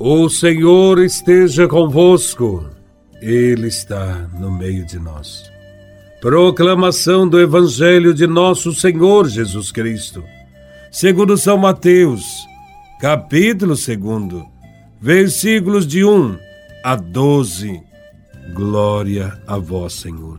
O Senhor esteja convosco, Ele está no meio de nós. Proclamação do Evangelho de nosso Senhor Jesus Cristo, segundo São Mateus, capítulo 2, versículos de 1 a 12. Glória a vós, Senhor.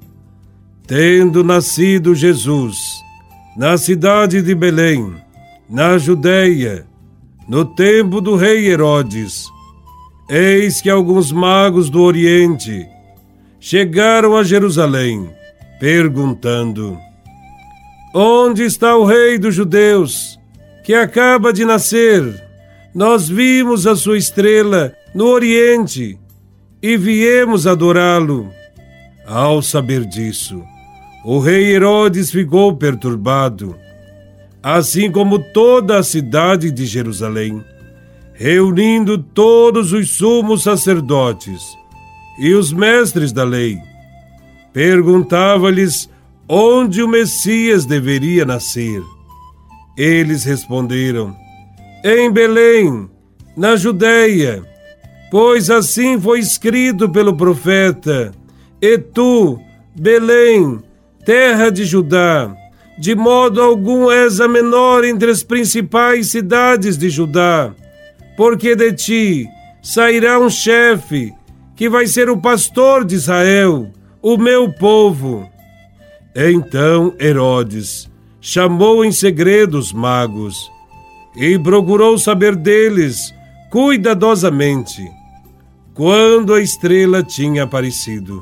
Tendo nascido Jesus na cidade de Belém, na Judeia, no tempo do rei Herodes, eis que alguns magos do Oriente chegaram a Jerusalém, perguntando: onde está o rei dos judeus, que acaba de nascer? Nós vimos a sua estrela no Oriente e viemos adorá-lo. Ao saber disso, o rei Herodes ficou perturbado, assim como toda a cidade de Jerusalém, reunindo todos os sumos sacerdotes e os mestres da lei. Perguntava-lhes onde o Messias deveria nascer. Eles responderam: em Belém, na Judeia, pois assim foi escrito pelo profeta: e tu, Belém, terra de Judá, de modo algum és a menor entre as principais cidades de Judá, porque de ti sairá um chefe, que vai ser o pastor de Israel, o meu povo. Então Herodes chamou em segredo os magos e procurou saber deles cuidadosamente quando a estrela tinha aparecido.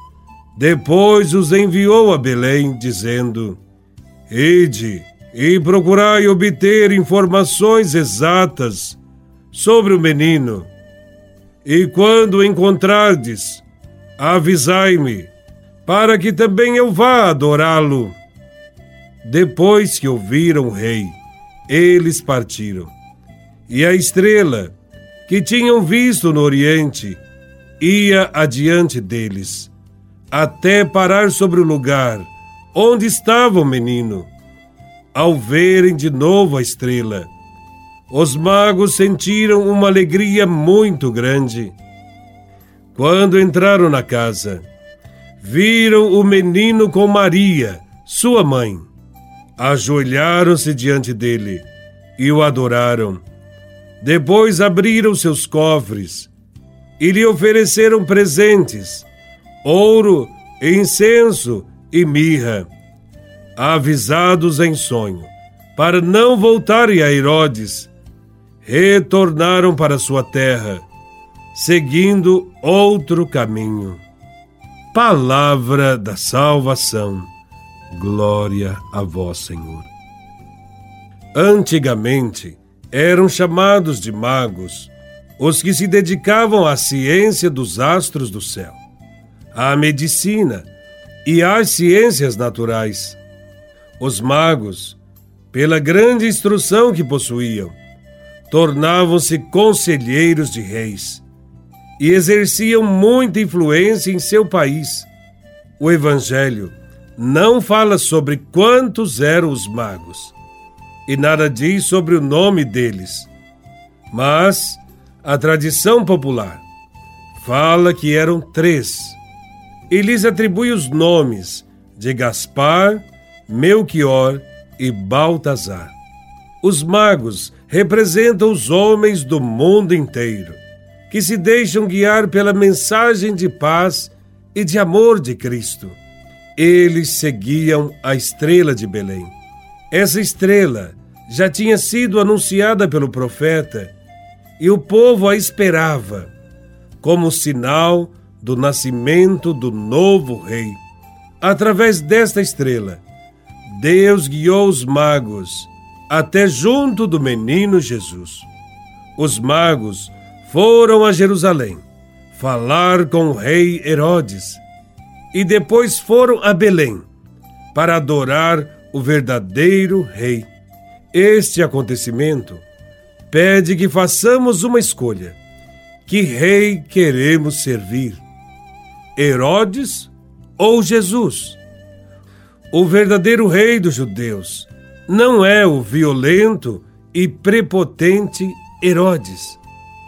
Depois os enviou a Belém, dizendo: ide e procurai obter informações exatas sobre o menino, e quando o encontrardes, avisai-me, para que também eu vá adorá-lo. Depois que ouviram o rei, eles partiram, e a estrela, que tinham visto no Oriente, ia adiante deles, até parar sobre o lugar onde estava o menino. Ao verem de novo a estrela, os magos sentiram uma alegria muito grande. Quando entraram na casa, viram o menino com Maria, sua mãe. Ajoelharam-se diante dele e o adoraram. Depois abriram seus cofres e lhe ofereceram presentes: ouro, incenso e mirra. Avisados em sonho, para não voltarem a Herodes, retornaram para sua terra, seguindo outro caminho. Palavra da salvação. Glória a vós, Senhor. Antigamente, eram chamados de magos os que se dedicavam à ciência dos astros do céu, à medicina e às ciências naturais. Os magos, pela grande instrução que possuíam, tornavam-se conselheiros de reis e exerciam muita influência em seu país. O Evangelho não fala sobre quantos eram os magos e nada diz sobre o nome deles, mas a tradição popular fala que eram 3 e lhes atribui os nomes de Gaspar, Melquior e Baltazar. Os magos representam os homens do mundo inteiro, que se deixam guiar pela mensagem de paz e de amor de Cristo. Eles seguiam a estrela de Belém. Essa estrela já tinha sido anunciada pelo profeta e o povo a esperava como sinal do nascimento do novo rei. Através desta estrela, Deus guiou os magos até junto do menino Jesus. Os magos foram a Jerusalém falar com o rei Herodes e depois foram a Belém para adorar o verdadeiro rei. Este acontecimento pede que façamos uma escolha. Que rei queremos servir? Herodes ou Jesus? O verdadeiro rei dos judeus não é o violento e prepotente Herodes.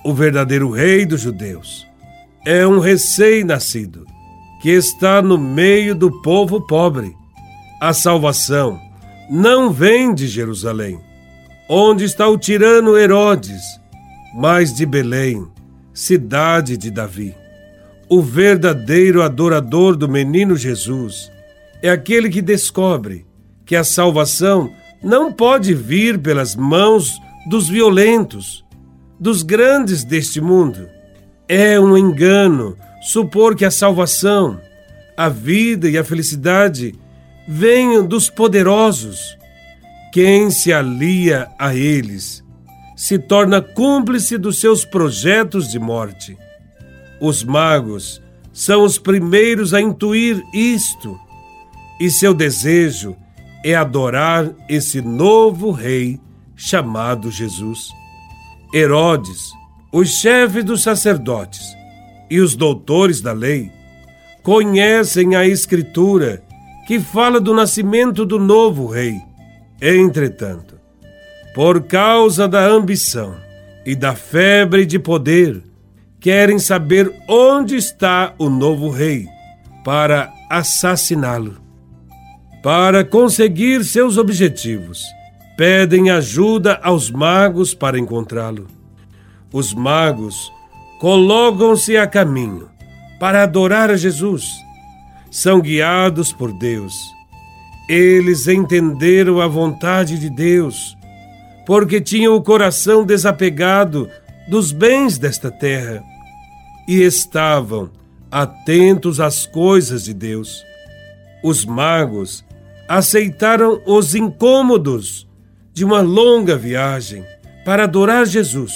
O verdadeiro rei dos judeus é um recém-nascido que está no meio do povo pobre. A salvação não vem de Jerusalém, onde está o tirano Herodes, mas de Belém, cidade de Davi. O verdadeiro adorador do menino Jesus é aquele que descobre que a salvação não pode vir pelas mãos dos violentos, dos grandes deste mundo. É um engano supor que a salvação, a vida e a felicidade venham dos poderosos. Quem se alia a eles se torna cúmplice dos seus projetos de morte. Os magos são os primeiros a intuir isto, e seu desejo é adorar esse novo rei chamado Jesus. Herodes, os chefes dos sacerdotes e os doutores da lei conhecem a Escritura que fala do nascimento do novo rei. Entretanto, por causa da ambição e da febre de poder, querem saber onde está o novo rei para assassiná-lo. Para conseguir seus objetivos, pedem ajuda aos magos para encontrá-lo. Os magos colocam-se a caminho para adorar a Jesus. São guiados por Deus. Eles entenderam a vontade de Deus, porque tinham o coração desapegado dos bens desta terra e estavam atentos às coisas de Deus. Os magos aceitaram os incômodos de uma longa viagem para adorar Jesus.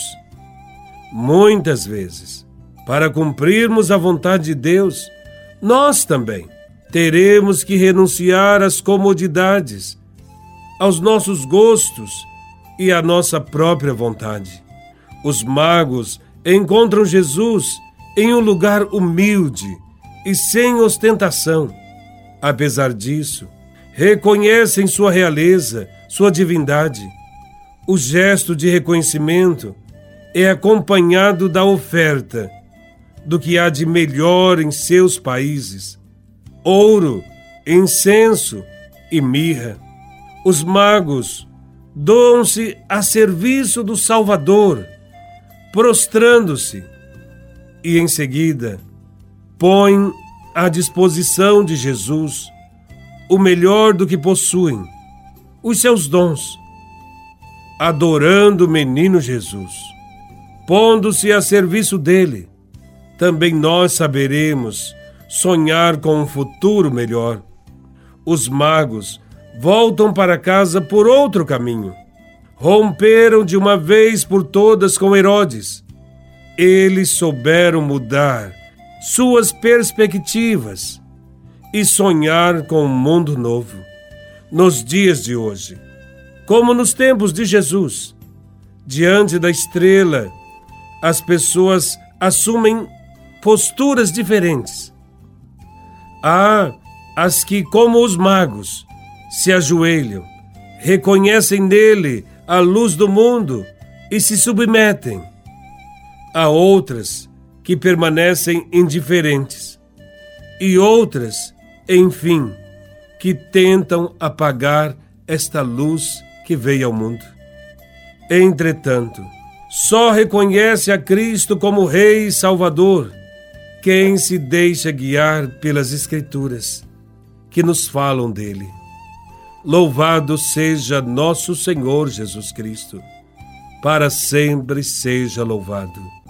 Muitas vezes, para cumprirmos a vontade de Deus, nós também teremos que renunciar às comodidades, aos nossos gostos e à nossa própria vontade. Os magos encontram Jesus em um lugar humilde e sem ostentação. Apesar disso, reconhecem sua realeza, sua divindade. O gesto de reconhecimento é acompanhado da oferta do que há de melhor em seus países: ouro, incenso e mirra. Os magos doam-se a serviço do Salvador, prostrando-se, e em seguida põem à disposição de Jesus o melhor do que possuem, os seus dons. Adorando o menino Jesus, pondo-se a serviço dele, também nós saberemos sonhar com um futuro melhor. Os magos voltam para casa por outro caminho. Romperam de uma vez por todas com Herodes. Eles souberam mudar suas perspectivas e sonhar com um mundo novo. Nos dias de hoje, como nos tempos de Jesus, diante da estrela, as pessoas assumem posturas diferentes. Há as que, como os magos, se ajoelham, reconhecem nele a luz do mundo e se submetem. Há outras que permanecem indiferentes. E outras, enfim, que tentam apagar esta luz que veio ao mundo. Entretanto, só reconhece a Cristo como Rei e Salvador quem se deixa guiar pelas Escrituras que nos falam dele. Louvado seja nosso Senhor Jesus Cristo, para sempre seja louvado.